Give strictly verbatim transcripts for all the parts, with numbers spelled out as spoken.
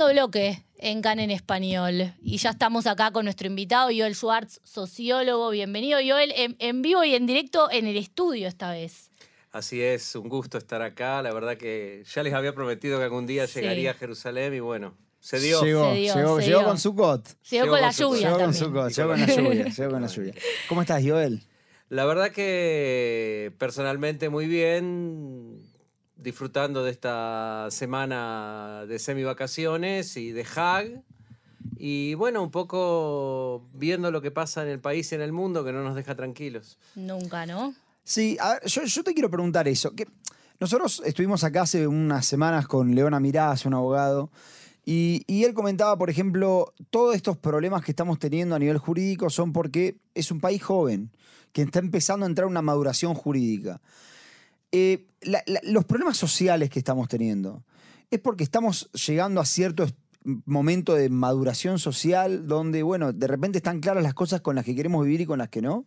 segundo bloque en CAN en Español. Y ya estamos acá con nuestro invitado, Joel Schwartz, sociólogo. Bienvenido, Joel, en, en vivo y en directo en el estudio esta vez. Así es, un gusto estar acá. La verdad que ya les había prometido que algún día Sí. llegaría a Jerusalén y bueno, se dio. Llegó, Se dio, llegó, se llegó dio. con Sukkot. Llegó, con la lluvia Llegó con también. Sukkot, Y llegó con con la la lluvia, lluvia. llegó con la lluvia. ¿Cómo estás, Joel? La verdad que personalmente muy bien, disfrutando de esta semana de semivacaciones y de Hag. Y bueno, un poco viendo lo que pasa en el país y en el mundo que no nos deja tranquilos. Nunca, ¿no? Sí, a ver, yo, yo te quiero preguntar eso. Que nosotros estuvimos acá hace unas semanas con León Amirás, un abogado, y, y él comentaba, por ejemplo, todos estos problemas que estamos teniendo a nivel jurídico son porque es un país joven, que está empezando a entrar a una maduración jurídica. Eh, la, la, los problemas sociales que estamos teniendo, ¿es porque estamos llegando a cierto momento de maduración social donde, bueno, de repente están claras las cosas con las que queremos vivir y con las que no?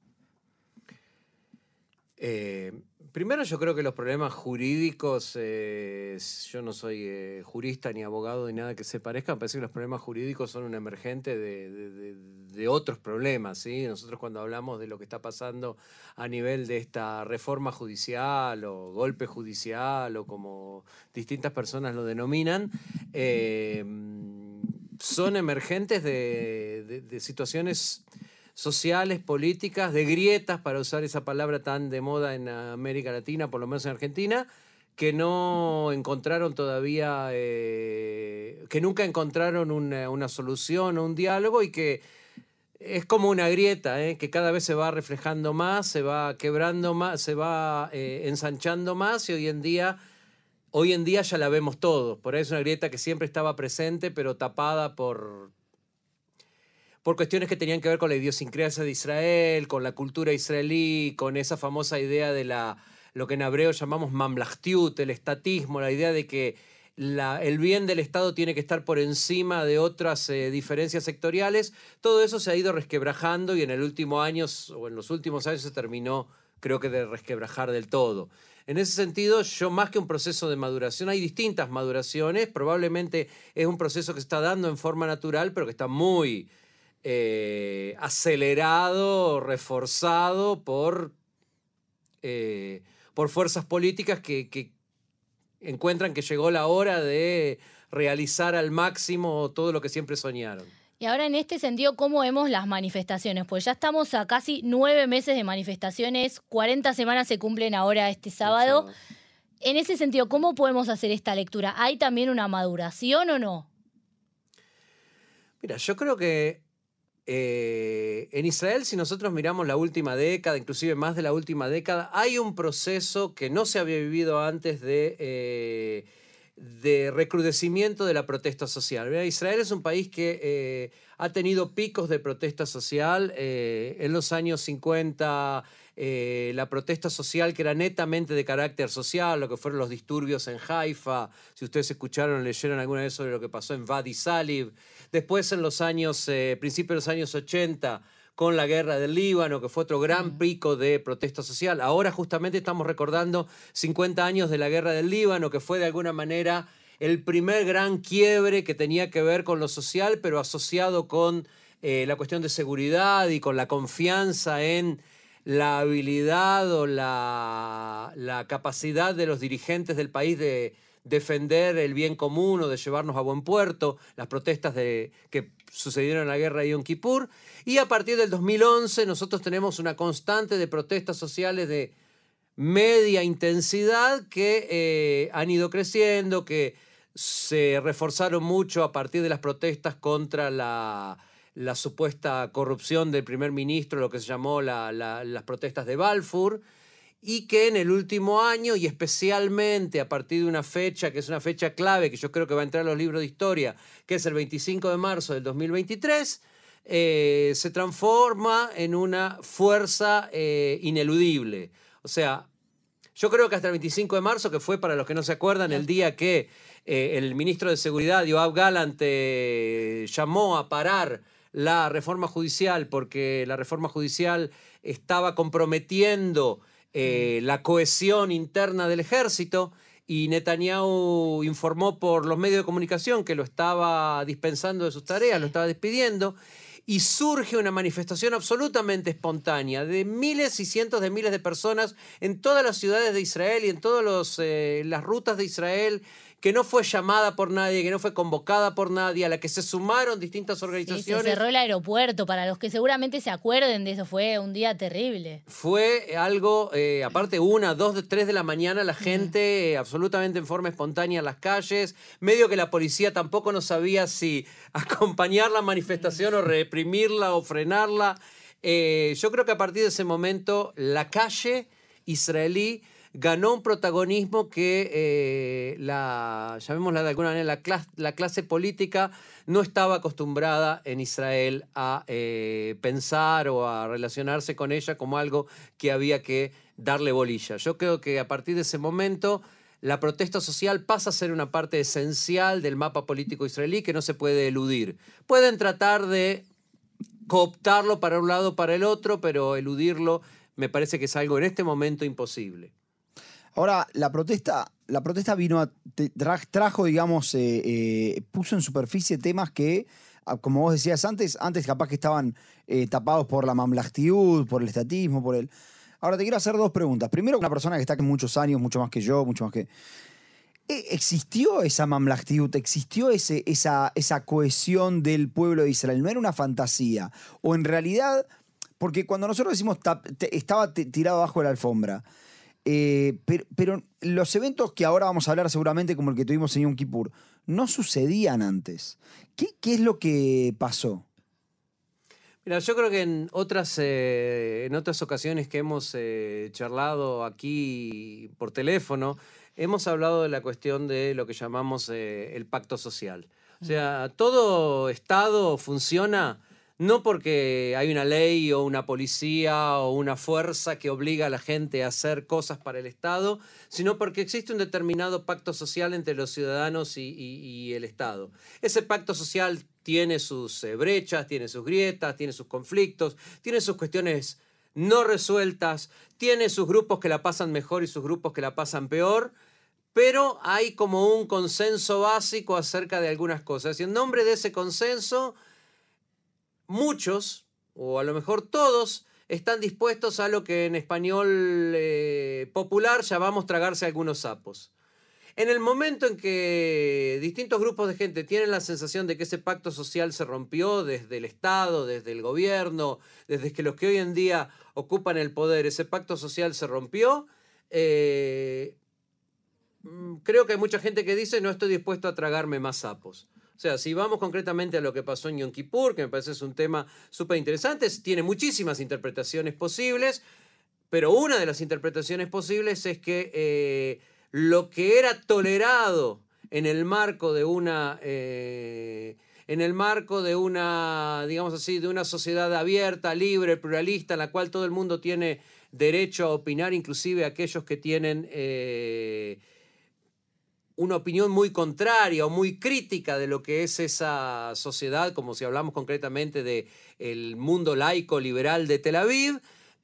Eh, primero yo creo que los problemas jurídicos, eh, yo no soy eh, jurista ni abogado ni nada que se parezca, me parece que los problemas jurídicos son un emergente de, de, de, de otros problemas, ¿sí? Nosotros cuando hablamos de lo que está pasando a nivel de esta reforma judicial o golpe judicial o como distintas personas lo denominan, eh, son emergentes de, de, de situaciones sociales, políticas, de grietas, para usar esa palabra tan de moda en América Latina, por lo menos en Argentina, que no encontraron todavía, eh, que nunca encontraron una, una solución o un diálogo y que es como una grieta, eh, que cada vez se va reflejando más, se va quebrando más, se va eh, ensanchando más y hoy en día... Hoy en día ya la vemos todos, por ahí es una grieta que siempre estaba presente, pero tapada por... por cuestiones que tenían que ver con la idiosincrasia de Israel, con la cultura israelí, con esa famosa idea de la, lo que en hebreo llamamos mamlachtiut, el estatismo, la idea de que la, el bien del Estado tiene que estar por encima de otras eh, diferencias sectoriales. Todo eso se ha ido resquebrajando y en el último año, o en los últimos años se terminó, creo que de resquebrajar del todo. En ese sentido, yo más que un proceso de maduración, hay distintas maduraciones, probablemente es un proceso que se está dando en forma natural, pero que está muy... Eh, acelerado, reforzado por, eh, por fuerzas políticas que, que encuentran que llegó la hora de realizar al máximo todo lo que siempre soñaron. Y ahora en este sentido, ¿cómo vemos las manifestaciones? Pues ya estamos a casi nueve meses de manifestaciones, cuarenta semanas se cumplen ahora este sábado. sábado. En ese sentido, ¿cómo podemos hacer esta lectura? ¿Hay también una maduración o no? Mira, yo creo que Eh, en Israel, si nosotros miramos la última década, inclusive más de la última década, hay un proceso que no se había vivido antes de, eh, de recrudecimiento de la protesta social. ¿Verdad? Israel es un país que eh, ha tenido picos de protesta social. Eh, en los años cincuenta, eh, la protesta social que era netamente de carácter social, lo que fueron los disturbios en Haifa, si ustedes escucharon o leyeron alguna vez sobre lo que pasó en Wadi Salib. Después en los años, eh, principios de los años ochenta, con la guerra del Líbano, que fue otro gran pico de protesta social. Ahora justamente estamos recordando cincuenta años de la guerra del Líbano, que fue de alguna manera el primer gran quiebre que tenía que ver con lo social, pero asociado con eh, la cuestión de seguridad y con la confianza en la habilidad o la, la capacidad de los dirigentes del país de defender el bien común o de llevarnos a buen puerto, las protestas de, que sucedieron en la guerra de Yom Kippur. Y a partir del dos mil once nosotros tenemos una constante de protestas sociales de media intensidad que eh, han ido creciendo, que se reforzaron mucho a partir de las protestas contra la, la supuesta corrupción del primer ministro, lo que se llamó la, la, las protestas de Balfour, y que en el último año, y especialmente a partir de una fecha que es una fecha clave, que yo creo que va a entrar en los libros de historia, que es el veinticinco de marzo del dos mil veintitrés, eh, se transforma en una fuerza eh, ineludible. O sea, yo creo que hasta el veinticinco de marzo, que fue, para los que no se acuerdan, el día que eh, el ministro de Seguridad, Yoav Gallant, eh, llamó a parar la reforma judicial porque la reforma judicial estaba comprometiendo Eh, la cohesión interna del ejército y Netanyahu informó por los medios de comunicación que lo estaba dispensando de sus tareas, lo estaba despidiendo, y surge una manifestación absolutamente espontánea de miles y cientos de miles de personas en todas las ciudades de Israel y en todas eh, las rutas de Israel, que no fue llamada por nadie, que no fue convocada por nadie, a la que se sumaron distintas organizaciones. Sí, se cerró el aeropuerto, para los que seguramente se acuerden de eso, fue un día terrible. Fue algo, eh, aparte una, dos, tres de la mañana, la gente eh, absolutamente en forma espontánea en las calles, medio que la policía tampoco no sabía si acompañar la manifestación o reprimirla o frenarla. Eh, yo creo que a partir de ese momento la calle israelí ganó un protagonismo que eh, la, llamémosla de alguna manera, la clase, la clase política no estaba acostumbrada en Israel a eh, pensar o a relacionarse con ella como algo que había que darle bolilla. Yo creo que a partir de ese momento la protesta social pasa a ser una parte esencial del mapa político israelí que no se puede eludir. Pueden tratar de cooptarlo para un lado o para el otro, pero eludirlo me parece que es algo en este momento imposible. Ahora, la protesta, la protesta vino a, tra, trajo, digamos, eh, eh, puso en superficie temas que, como vos decías antes, antes capaz que estaban eh, tapados por la mamlachtiut, por el estatismo, por el... Ahora te quiero hacer dos preguntas. Primero, una persona que está aquí muchos años, mucho más que yo, mucho más que... ¿Existió esa mamlachtiut? ¿Existió ese, esa, esa cohesión del pueblo de Israel? ¿No era una fantasía? O en realidad, porque cuando nosotros decimos tap, te, estaba tirado abajo de la alfombra, Eh, pero, pero los eventos que ahora vamos a hablar seguramente, como el que tuvimos en Yom Kippur, no sucedían antes. ¿Qué, qué es lo que pasó? Mira, yo creo que en otras, eh, en otras ocasiones que hemos eh, charlado aquí por teléfono, hemos hablado de la cuestión de lo que llamamos eh, el pacto social. O sea, todo Estado funciona no porque hay una ley o una policía o una fuerza que obliga a la gente a hacer cosas para el Estado, sino porque existe un determinado pacto social entre los ciudadanos y, y, y el Estado. Ese pacto social tiene sus eh, brechas, tiene sus grietas, tiene sus conflictos, tiene sus cuestiones no resueltas, tiene sus grupos que la pasan mejor y sus grupos que la pasan peor, pero hay como un consenso básico acerca de algunas cosas. Y en nombre de ese consenso, muchos, o a lo mejor todos, están dispuestos a lo que en español eh, popular llamamos tragarse algunos sapos. En el momento en que distintos grupos de gente tienen la sensación de que ese pacto social se rompió desde el Estado, desde el gobierno, desde que los que hoy en día ocupan el poder, ese pacto social se rompió, eh, creo que hay mucha gente que dice no estoy dispuesto a tragarme más sapos. O sea, si vamos concretamente a lo que pasó en Yom Kippur, que me parece es un tema súper interesante, tiene muchísimas interpretaciones posibles, pero una de las interpretaciones posibles es que eh, lo que era tolerado en el marco de una, eh, en el marco de una, digamos así, de una sociedad abierta, libre, pluralista, en la cual todo el mundo tiene derecho a opinar, inclusive aquellos que tienen Eh, una opinión muy contraria o muy crítica de lo que es esa sociedad, como si hablamos concretamente del mundo laico liberal de Tel Aviv,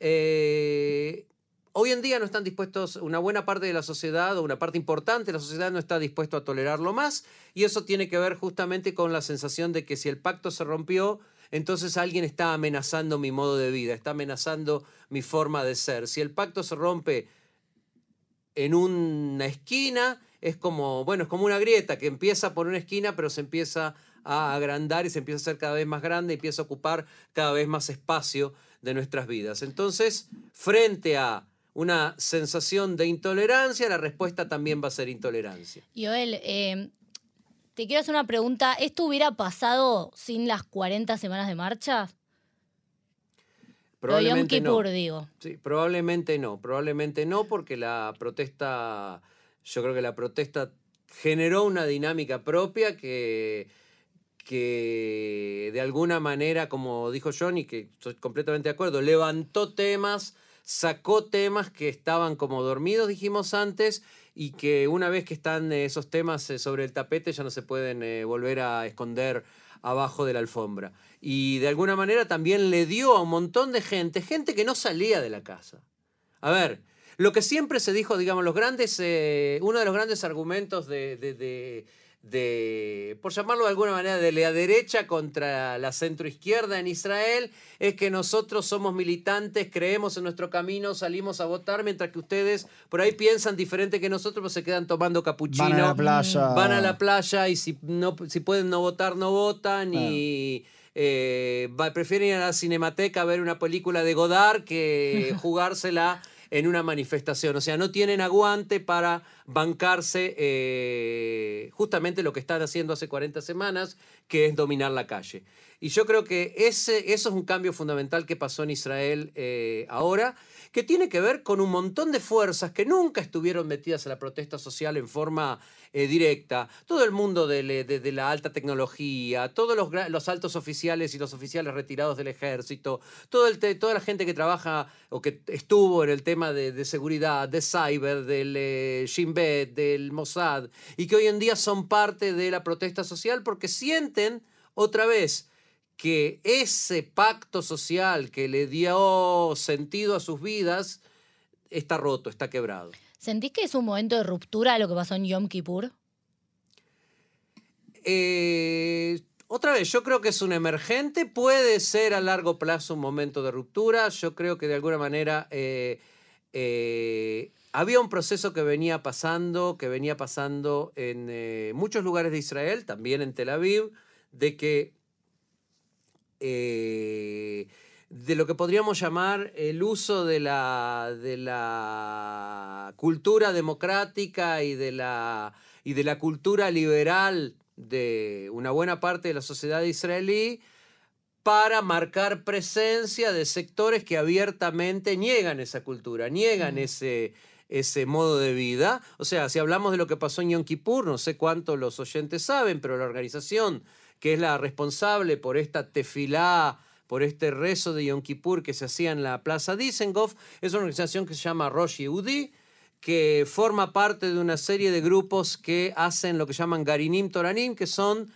eh, hoy en día no están dispuestos, una buena parte de la sociedad o una parte importante de la sociedad no está dispuesto a tolerarlo más, y eso tiene que ver justamente con la sensación de que si el pacto se rompió, entonces alguien está amenazando mi modo de vida, está amenazando mi forma de ser. Si el pacto se rompe en una esquina, es como, bueno, es como una grieta que empieza por una esquina, pero se empieza a agrandar y se empieza a hacer cada vez más grande y empieza a ocupar cada vez más espacio de nuestras vidas. Entonces, frente a una sensación de intolerancia, la respuesta también va a ser intolerancia. Yoel, eh, te quiero hacer una pregunta. ¿Esto hubiera pasado sin las cuarenta semanas de marcha? Probablemente Yom Kippur, no. digo. Sí, probablemente no, probablemente no, porque la protesta, yo creo que la protesta generó una dinámica propia que, que de alguna manera, como dijo Johnny, que estoy completamente de acuerdo, levantó temas, sacó temas que estaban como dormidos, dijimos antes, y que una vez que están esos temas sobre el tapete ya no se pueden eh, volver a esconder abajo de la alfombra. Y de alguna manera también le dio a un montón de gente, gente que no salía de la casa. A ver, lo que siempre se dijo, digamos, los grandes, eh, uno de los grandes argumentos de, de, de, de, por llamarlo de alguna manera, de la derecha contra la centroizquierda en Israel, es que nosotros somos militantes, creemos en nuestro camino, salimos a votar, mientras que ustedes por ahí piensan diferente que nosotros, pues se quedan tomando capuchino. Van a la playa. Van a la playa y si, no, si pueden no votar, no votan. Claro. Y eh, va, prefieren ir a la Cinemateca a ver una película de Godard que jugársela en una manifestación. O sea, no tienen aguante para bancarse eh, justamente lo que están haciendo hace cuarenta semanas, que es dominar la calle. Y yo creo que ese, eso es un cambio fundamental que pasó en Israel eh, ahora, que tiene que ver con un montón de fuerzas que nunca estuvieron metidas en la protesta social en forma eh, directa. Todo el mundo de, de, de la alta tecnología, todos los, los altos oficiales y los oficiales retirados del ejército, todo el te, toda la gente que trabaja o que estuvo en el tema de, de seguridad, de cyber, del eh, Shin Bet, del Mossad, y que hoy en día son parte de la protesta social porque sienten otra vez que ese pacto social que le dio sentido a sus vidas está roto, está quebrado. ¿Sentís que es un momento de ruptura lo que pasó en Yom Kippur? Eh, otra vez, yo creo que es un emergente, puede ser a largo plazo un momento de ruptura. Yo creo que de alguna manera eh, eh, había un proceso que venía pasando, que venía pasando en eh, muchos lugares de Israel, también en Tel Aviv, de que Eh, de lo que podríamos llamar el uso de la, de la cultura democrática y de la, y de la cultura liberal de una buena parte de la sociedad israelí para marcar presencia de sectores que abiertamente niegan esa cultura, niegan mm. ese, ese modo de vida. O sea, si hablamos de lo que pasó en Yom Kippur, no sé cuánto los oyentes saben, pero la organización que es la responsable por esta tefilá, por este rezo de Yom Kippur que se hacía en la Plaza Dizengoff, es una organización que se llama Rosh Yehudi, que forma parte de una serie de grupos que hacen lo que llaman Garinim Toranim, que son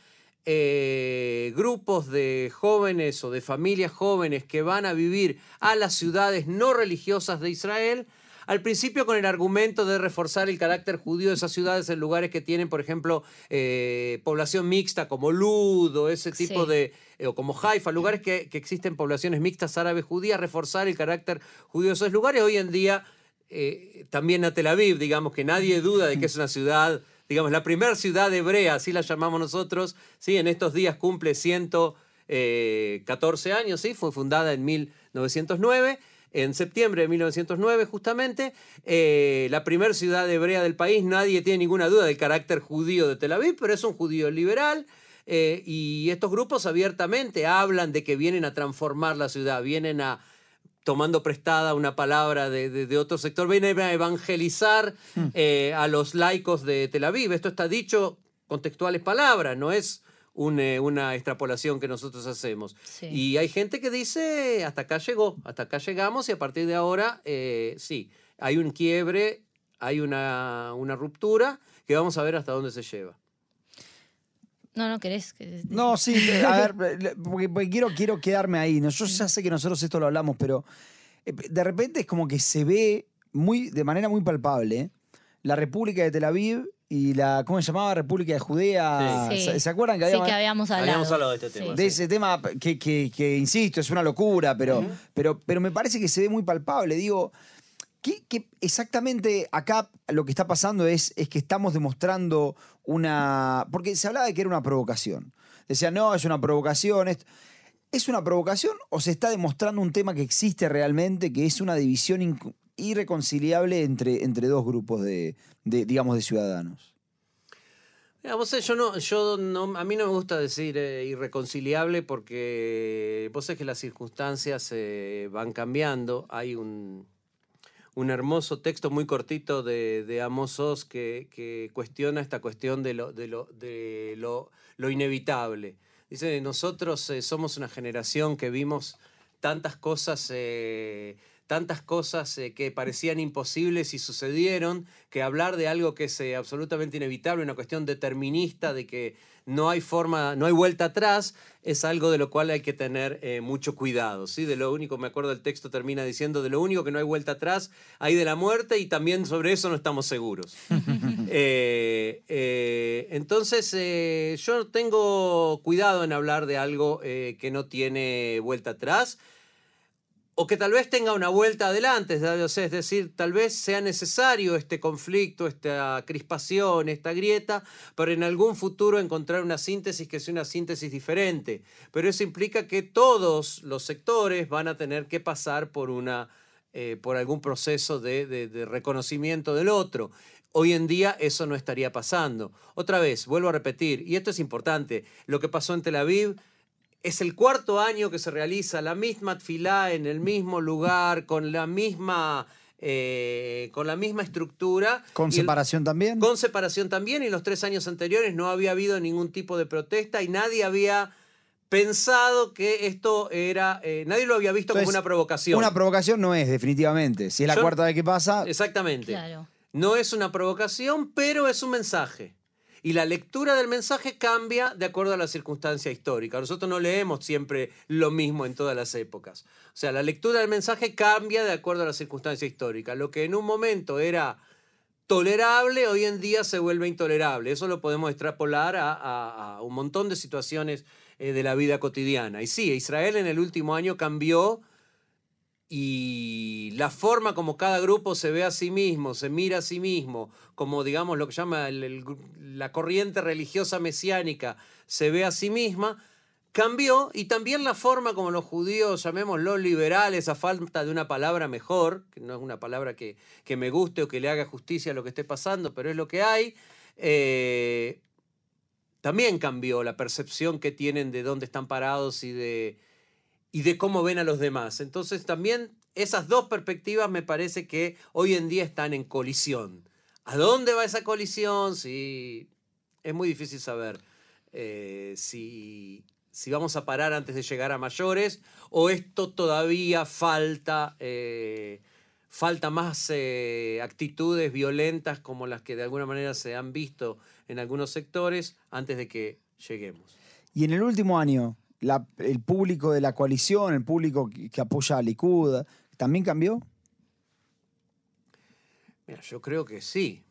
eh, grupos de jóvenes o de familias jóvenes que van a vivir a las ciudades no religiosas de Israel, al principio con el argumento de reforzar el carácter judío de esas ciudades en lugares que tienen, por ejemplo, eh, población mixta como Lud o ese tipo sí. de, eh, o como Haifa, lugares que, que existen poblaciones mixtas árabes judías, reforzar el carácter judío de esos lugares. Hoy en día, eh, también a Tel Aviv, digamos que nadie duda de que es una ciudad, digamos, la primera ciudad hebrea, así la llamamos nosotros, ¿sí? En estos días cumple ciento catorce años, ¿sí? Fue fundada en mil novecientos nueve. En septiembre de mil novecientos nueve, justamente, eh, la primera ciudad hebrea del país, nadie tiene ninguna duda del carácter judío de Tel Aviv, pero es un judío liberal, eh, y estos grupos abiertamente hablan de que vienen a transformar la ciudad, vienen a, tomando prestada una palabra de, de, de otro sector, vienen a evangelizar eh, a los laicos de Tel Aviv. Esto está dicho con textuales palabras, no es Un, eh, una extrapolación que nosotros hacemos. Sí. Y hay gente que dice, hasta acá llegó, hasta acá llegamos y a partir de ahora, eh, sí, hay un quiebre, hay una, una ruptura que vamos a ver hasta dónde se lleva. No, no querés. No, sí, a ver, porque, porque quiero, quiero quedarme ahí. Yo ya sé que nosotros esto lo hablamos, pero de repente es como que se ve muy, de manera muy palpable la República de Tel Aviv y la, ¿cómo se llamaba? República de Judea. Sí. ¿Se, ¿Se acuerdan que sí, habíamos, que habíamos hablado? Habíamos hablado de este tema. Sí. De ese tema que, que, que, insisto, es una locura, pero, uh-huh. pero, pero me parece que se ve muy palpable. Digo, ¿qué, qué exactamente acá lo que está pasando es, es que estamos demostrando una... Porque se hablaba de que era una provocación. Decían, no, es una provocación. ¿Es, ¿es una provocación o se está demostrando un tema que existe realmente, que es una división inc- irreconciliable entre, entre dos grupos de, de, digamos, de ciudadanos? Mira, vos sabés, yo no, yo no, a mí no me gusta decir eh, irreconciliable porque vos sabés que las circunstancias eh, van cambiando. Hay un, un hermoso texto muy cortito de, de Amos Oz que, que cuestiona esta cuestión de lo, de lo, de lo, lo inevitable. Dice, nosotros eh, somos una generación que vimos tantas cosas... Eh, tantas cosas eh, que parecían imposibles y sucedieron, que hablar de algo que es eh, absolutamente inevitable, una cuestión determinista de que no hay forma, no hay vuelta atrás, es algo de lo cual hay que tener eh, mucho cuidado, ¿sí? De lo único, me acuerdo el texto termina diciendo, de lo único que no hay vuelta atrás, hay de la muerte y también sobre eso no estamos seguros. eh, eh, entonces, eh, yo tengo cuidado en hablar de algo eh, que no tiene vuelta atrás, o que tal vez tenga una vuelta adelante, es decir, tal vez sea necesario este conflicto, esta crispación, esta grieta, para en algún futuro encontrar una síntesis que sea una síntesis diferente. Pero eso implica que todos los sectores van a tener que pasar por, una, eh, por algún proceso de, de, de reconocimiento del otro. Hoy en día eso no estaría pasando. Otra vez, vuelvo a repetir, y esto es importante, lo que pasó en Tel Aviv es el cuarto año que se realiza la misma tfilá en el mismo lugar, con la misma, eh, con la misma estructura. ¿Con separación el, también? Con separación también. Y en los tres años anteriores no había habido ningún tipo de protesta y nadie había pensado que esto era... Eh, nadie lo había visto. Entonces, como una provocación. Una provocación no es, definitivamente. Si es la Yo, cuarta vez que pasa... Exactamente. Claro. No es una provocación, pero es un mensaje. Y la lectura del mensaje cambia de acuerdo a la circunstancia histórica. Nosotros no leemos siempre lo mismo en todas las épocas. O sea, la lectura del mensaje cambia de acuerdo a la circunstancia histórica. Lo que en un momento era tolerable, hoy en día se vuelve intolerable. Eso lo podemos extrapolar a, a, a un montón de situaciones eh, de la vida cotidiana. Y sí, Israel en el último año cambió. Y la forma como cada grupo se ve a sí mismo, se mira a sí mismo, como digamos lo que llama el, el, la corriente religiosa mesiánica se ve a sí misma, cambió. Y también la forma como los judíos, llamémoslo liberales, a falta de una palabra mejor, que no es una palabra que, que me guste o que le haga justicia a lo que esté pasando, pero es lo que hay, eh, también cambió la percepción que tienen de dónde están parados y de... y de cómo ven a los demás. Entonces también esas dos perspectivas me parece que hoy en día están en colisión. ¿A dónde va esa colisión? Sí, es muy difícil saber eh, si, si vamos a parar antes de llegar a mayores o esto todavía falta, eh, falta más eh, actitudes violentas como las que de alguna manera se han visto en algunos sectores antes de que lleguemos. Y en el último año... La, el público de la coalición, el público que, que apoya a Likud, ¿también cambió? Mira, yo creo que sí.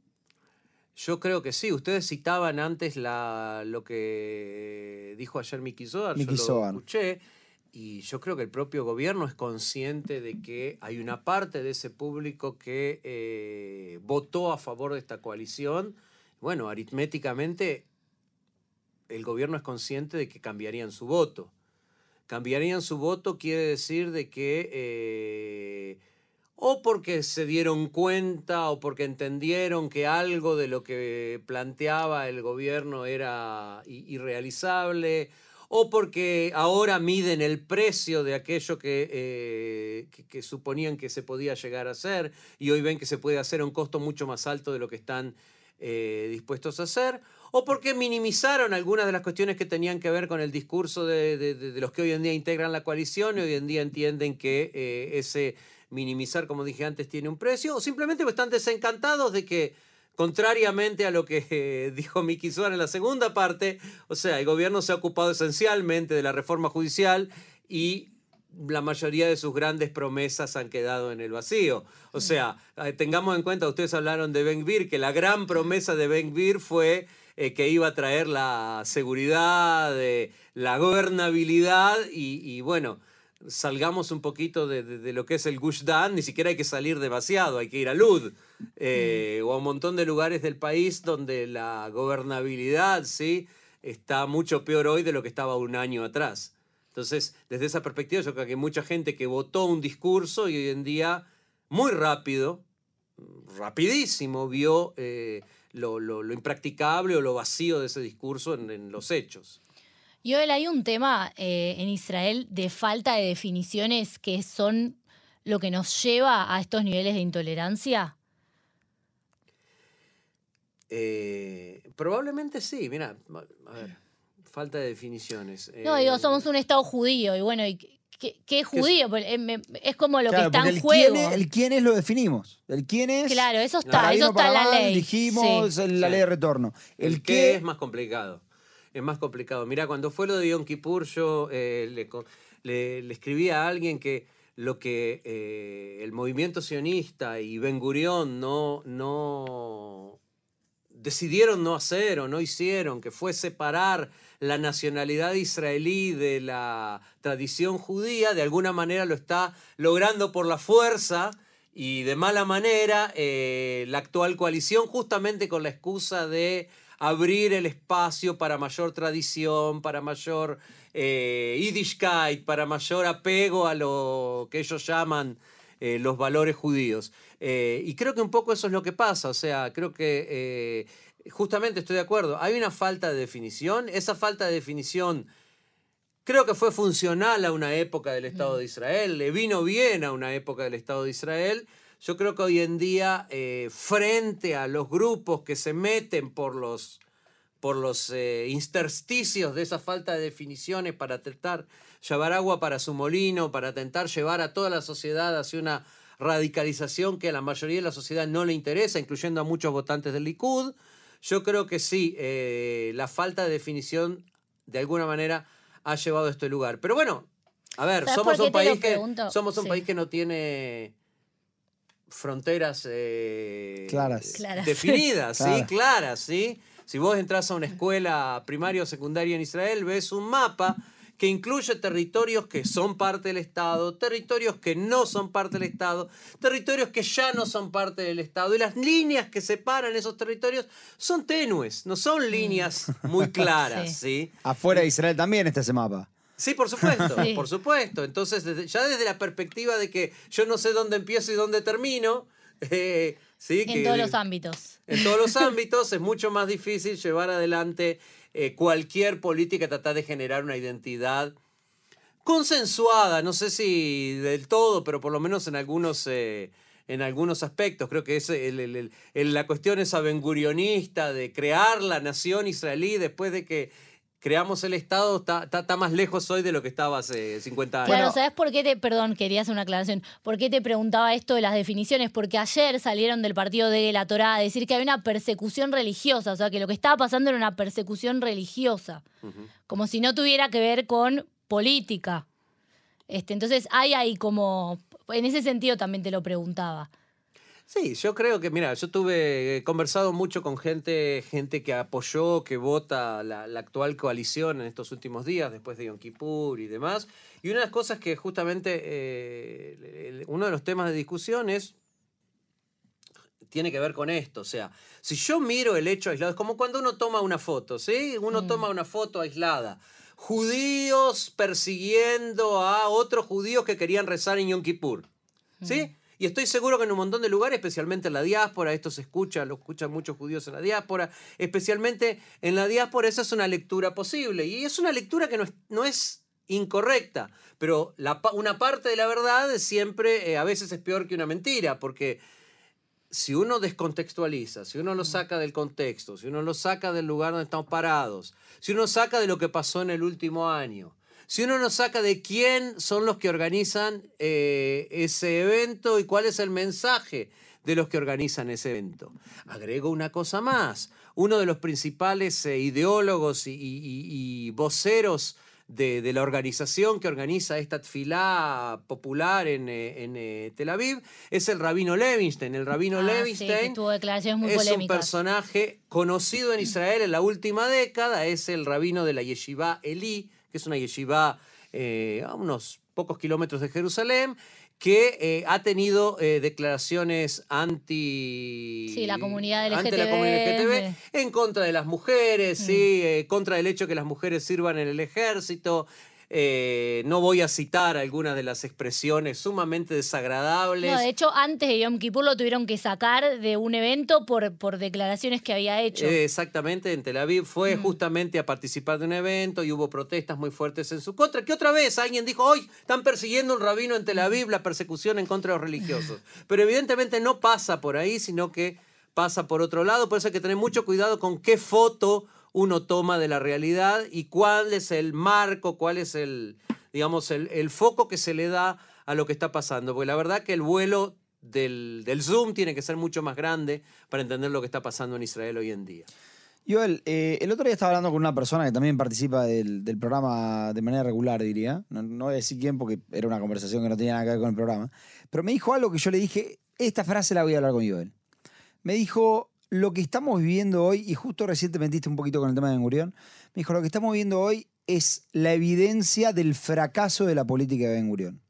Yo creo que sí. Ustedes citaban antes la, lo que dijo ayer Miki Zohar. Miki yo Zohar. Lo escuché. Y yo creo que el propio gobierno es consciente de que hay una parte de ese público que eh, votó a favor de esta coalición. Bueno, aritméticamente... el gobierno es consciente de que cambiarían su voto. Cambiarían su voto quiere decir de que eh, o porque se dieron cuenta o porque entendieron que algo de lo que planteaba el gobierno era irrealizable, o porque ahora miden el precio de aquello que, eh, que, que suponían que se podía llegar a hacer y hoy ven que se puede hacer a un costo mucho más alto de lo que están eh, dispuestos a hacer, o porque minimizaron algunas de las cuestiones que tenían que ver con el discurso de, de, de los que hoy en día integran la coalición y hoy en día entienden que eh, ese minimizar, como dije antes, tiene un precio, o simplemente están desencantados de que, contrariamente a lo que eh, dijo Miki Zohar en la segunda parte, o sea, el gobierno se ha ocupado esencialmente de la reforma judicial y la mayoría de sus grandes promesas han quedado en el vacío. O sea, tengamos en cuenta, ustedes hablaron de Ben Gvir, que la gran promesa de Ben Gvir fue eh, que iba a traer la seguridad, eh, la gobernabilidad y, y bueno, salgamos un poquito de, de, de lo que es el Gush Dan, ni siquiera hay que salir demasiado, hay que ir a Lud eh, o a un montón de lugares del país donde la gobernabilidad, ¿sí?, está mucho peor hoy de lo que estaba un año atrás. Entonces, desde esa perspectiva, yo creo que hay mucha gente que votó un discurso y hoy en día, muy rápido, rapidísimo, vio eh, lo, lo, lo impracticable o lo vacío de ese discurso en, en los hechos. Y hoy hay un tema eh, en Israel de falta de definiciones que son lo que nos lleva a estos niveles de intolerancia. Eh, probablemente sí, mira, a ver, falta de definiciones. No, eh, digo, somos un Estado judío y bueno, y ¿Qué, qué es judío? Es, es como lo claro, que está en el juego. Quién es, el quién es lo definimos. El quién es. Claro, eso está, eso está en la ley. Dijimos sí. la sí. ley de retorno. El, el qué qué es más complicado. Es más complicado. Mirá, cuando fue lo de Yom Kippur, yo eh, le, le, le escribí a alguien que lo que eh, el movimiento sionista y Ben Gurión no, no decidieron no hacer o no hicieron, que fue separar la nacionalidad israelí de la tradición judía, de alguna manera lo está logrando por la fuerza y de mala manera eh, la actual coalición, justamente con la excusa de abrir el espacio para mayor tradición, para mayor eh, Yiddishkeit, para mayor apego a lo que ellos llaman eh, los valores judíos. Eh, y creo que un poco eso es lo que pasa, o sea, creo que eh, justamente estoy de acuerdo, hay una falta de definición, esa falta de definición creo que fue funcional a una época del Estado de Israel, le vino bien a una época del Estado de Israel. Yo creo que hoy en día, eh, frente a los grupos que se meten por los, por los eh, intersticios de esa falta de definiciones para tentar llevar agua para su molino, para tentar llevar a toda la sociedad hacia una radicalización que a la mayoría de la sociedad no le interesa, incluyendo a muchos votantes del Likud, yo creo que sí, eh, la falta de definición de alguna manera ha llevado a este lugar. Pero bueno, a ver, somos un país que somos un sí. país que no tiene fronteras eh, claras. definidas, claras. ¿sí? Claras, ¿sí? Si vos entras a una escuela primaria o secundaria en Israel, ves un mapa que incluye territorios que son parte del Estado, territorios que no son parte del Estado, territorios que ya no son parte del Estado. Y las líneas que separan esos territorios son tenues, no son líneas muy claras. ¿sí? ¿sí? Afuera de Israel también está ese mapa. Sí, por supuesto, sí. por supuesto. Entonces, desde, ya desde la perspectiva de que yo no sé dónde empiezo y dónde termino, eh, ¿sí? En que, todos los ámbitos. En todos los ámbitos es mucho más difícil llevar adelante eh, cualquier política, tratar de generar una identidad consensuada, no sé si del todo, pero por lo menos en algunos, eh, en algunos aspectos. Creo que es el, el, el, la cuestión esa bengurionista de crear la nación israelí después de que creamos el Estado, está, está, está más lejos hoy de lo que estaba hace cincuenta años. Claro, ¿sabes por qué te, perdón, quería hacer una aclaración, por qué te preguntaba esto de las definiciones? Porque ayer salieron del partido de la Torá a decir que había una persecución religiosa, o sea, que lo que estaba pasando era una persecución religiosa, uh-huh. como si no tuviera que ver con política. Este, entonces hay ahí como, en ese sentido también te lo preguntaba. Sí, yo creo que, mira, yo tuve he conversado mucho con gente, gente que apoyó, que vota la, la actual coalición en estos últimos días, después de Yom Kippur y demás. Y una de las cosas que justamente, eh, uno de los temas de discusión es, tiene que ver con esto. O sea, si yo miro el hecho aislado, es como cuando uno toma una foto, ¿sí? Uno mm. toma una foto aislada. Judíos persiguiendo a otros judíos que querían rezar en Yom Kippur, ¿sí? Mm. Y estoy seguro que en un montón de lugares, especialmente en la diáspora, esto se escucha, lo escuchan muchos judíos en la diáspora, especialmente en la diáspora esa es una lectura posible. Y es una lectura que no es, no es incorrecta, pero la, una parte de la verdad siempre, eh, a veces es peor que una mentira, porque si uno descontextualiza, si uno lo saca del contexto, si uno lo saca del lugar donde estamos parados, si uno saca de lo que pasó en el último año, si uno nos saca de quién son los que organizan eh, ese evento y cuál es el mensaje de los que organizan ese evento. Agrego una cosa más. Uno de los principales eh, ideólogos y, y, y voceros de, de la organización que organiza esta tefilá popular en, en eh, Tel Aviv es el rabino Levinstein. El rabino ah, Levinstein sí, tuvo declaraciones muy es polémicas. un personaje conocido en Israel en la última década. Es el rabino de la Yeshiva Elí, que es una yeshiva eh, a unos pocos kilómetros de Jerusalén, que eh, ha tenido eh, declaraciones anti... Sí, la comunidad L G T B. Ante la comunidad L G T B, en contra de las mujeres, mm. sí, eh, contra del hecho que las mujeres sirvan en el ejército. Eh, no voy a citar algunas de las expresiones sumamente desagradables. No, de hecho, antes de Yom Kippur lo tuvieron que sacar de un evento por, por declaraciones que había hecho. Eh, exactamente, en Tel Aviv fue mm. justamente a participar de un evento y hubo protestas muy fuertes en su contra. Que otra vez alguien dijo, hoy están persiguiendo a un rabino en Tel Aviv, la persecución en contra de los religiosos. Pero evidentemente no pasa por ahí, sino que pasa por otro lado. Por eso hay que tener mucho cuidado con qué foto uno toma de la realidad y cuál es el marco, cuál es el, digamos, el, el foco que se le da a lo que está pasando. Porque la verdad que el vuelo del, del Zoom tiene que ser mucho más grande para entender lo que está pasando en Israel hoy en día. Joel, eh, el otro día estaba hablando con una persona que también participa del, del programa de manera regular, diría. No, no voy a decir quién porque era una conversación que no tenía nada que ver con el programa. Pero me dijo algo que yo le dije, esta frase la voy a hablar con Joel. Me dijo, lo que estamos viviendo hoy, y justo recién te metiste un poquito con el tema de Ben Gurión, me dijo, lo que estamos viviendo hoy es la evidencia del fracaso de la política de Ben Gurión.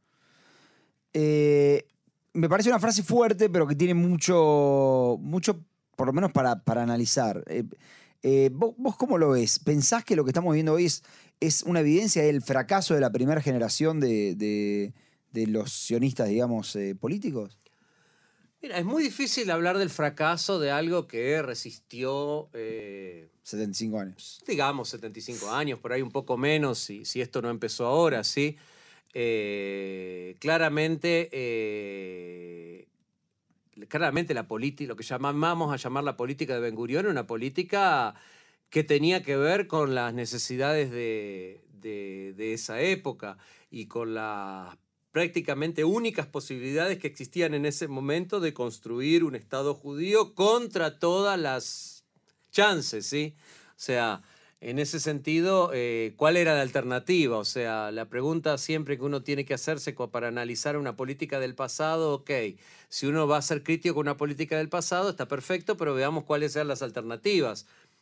Eh, me parece una frase fuerte, pero que tiene mucho, mucho por lo menos para, para analizar. Eh, Eh, ¿vos, ¿Vos cómo lo ves? ¿Pensás que lo que estamos viendo hoy es, es una evidencia del fracaso de la primera generación de, de, de los sionistas, digamos, eh, políticos? Mira, es muy difícil hablar del fracaso de algo que resistió... Eh, setenta y cinco años. Digamos, setenta y cinco años, por ahí un poco menos, si, si esto no empezó ahora, ¿sí? Eh, claramente... Eh, Claramente la política, lo que llamamos a llamar la política de Ben Gurión, era una política que tenía que ver con las necesidades de, de, de esa época y con las prácticamente únicas posibilidades que existían en ese momento de construir un Estado judío contra todas las chances, ¿sí? O sea, en ese sentido, eh, ¿cuál era la alternativa? O sea, la pregunta siempre que uno tiene que hacerse para analizar una política del pasado, ok, si uno va a ser crítico con una política del pasado, está perfecto, pero veamos cuáles sean las alternativas.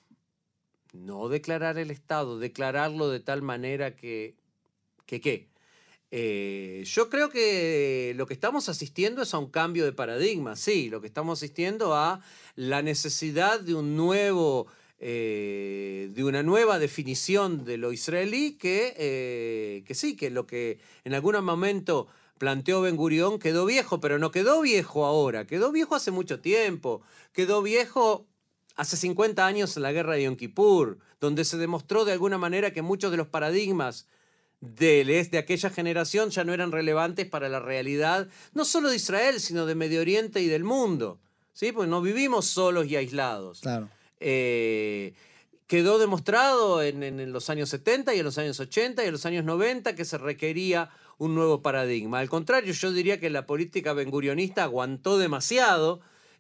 No declarar el Estado, declararlo de tal manera que... ¿Que qué? Eh, yo creo que lo que estamos asistiendo es a un cambio de paradigma, sí, lo que estamos asistiendo a la necesidad de un nuevo... Eh, de una nueva definición de lo israelí que, eh, que sí, que lo que en algún momento planteó Ben Gurión quedó viejo, pero no quedó viejo ahora, quedó viejo hace mucho tiempo, quedó viejo hace cincuenta años en la guerra de Yom Kippur, donde se demostró de alguna manera que muchos de los paradigmas de, de aquella generación ya no eran relevantes para la realidad, no solo de Israel, sino de Medio Oriente y del mundo, ¿sí? Porque no vivimos solos y aislados. Claro. Eh, quedó demostrado en, en los años setenta y en los años ochenta y en los años noventa que se requería un nuevo paradigma. Al contrario, yo diría que la política bengurionista aguantó demasiado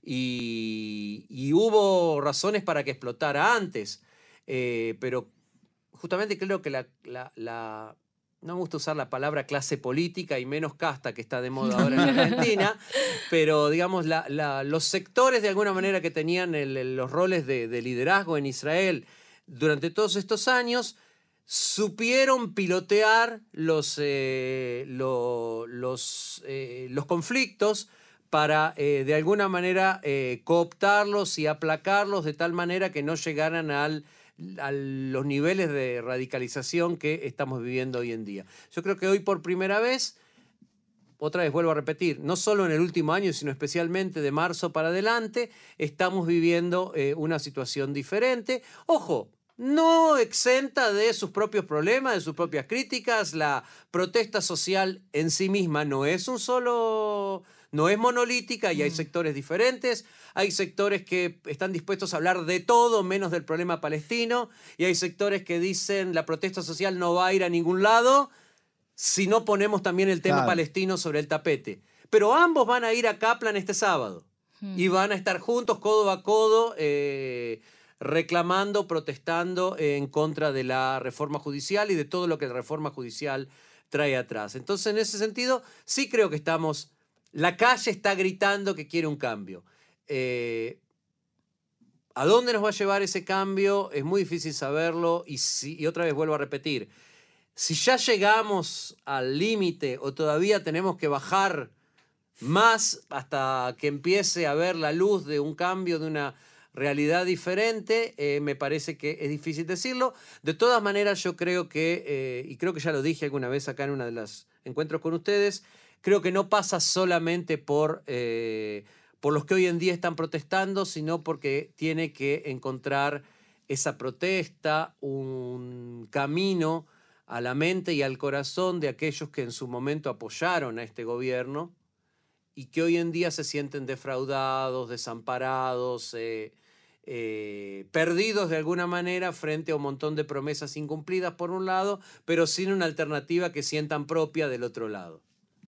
y, y hubo razones para que explotara antes. Eh, pero justamente creo que la, la, la no me gusta usar la palabra clase política y menos casta que está de moda ahora en Argentina, pero digamos la, la, los sectores de alguna manera que tenían el, el, los roles de, de liderazgo en Israel durante todos estos años supieron pilotear los, eh, lo, los, eh, los conflictos para eh, de alguna manera eh, cooptarlos y aplacarlos de tal manera que no llegaran al a los niveles de radicalización que estamos viviendo hoy en día. Yo creo que hoy por primera vez, otra vez vuelvo a repetir, no solo en el último año, sino especialmente de marzo para adelante, estamos viviendo eh, una situación diferente. Ojo, no exenta de sus propios problemas, de sus propias críticas. La protesta social en sí misma no es un solo... no es monolítica y hay sectores diferentes. Hay sectores que están dispuestos a hablar de todo menos del problema palestino y hay sectores que dicen la protesta social no va a ir a ningún lado si no ponemos también el tema Claro. palestino sobre el tapete. Pero ambos van a ir a Kaplan este sábado hmm. y van a estar juntos codo a codo eh, reclamando, protestando en contra de la reforma judicial y de todo lo que la reforma judicial trae atrás. Entonces, en ese sentido, sí creo que estamos... La calle está gritando que quiere un cambio. Eh, ¿A dónde nos va a llevar ese cambio? Es muy difícil saberlo y, si, y otra vez vuelvo a repetir. Si ya llegamos al límite o todavía tenemos que bajar más hasta que empiece a ver la luz de un cambio, de una realidad diferente, eh, me parece que es difícil decirlo. De todas maneras, yo creo que, eh, y creo que ya lo dije alguna vez acá en uno de los encuentros con ustedes, creo que no pasa solamente por, eh, por los que hoy en día están protestando, sino porque tiene que encontrar esa protesta un camino a la mente y al corazón de aquellos que en su momento apoyaron a este gobierno y que hoy en día se sienten defraudados, desamparados, eh, eh, perdidos de alguna manera frente a un montón de promesas incumplidas por un lado, pero sin una alternativa que sientan propia del otro lado.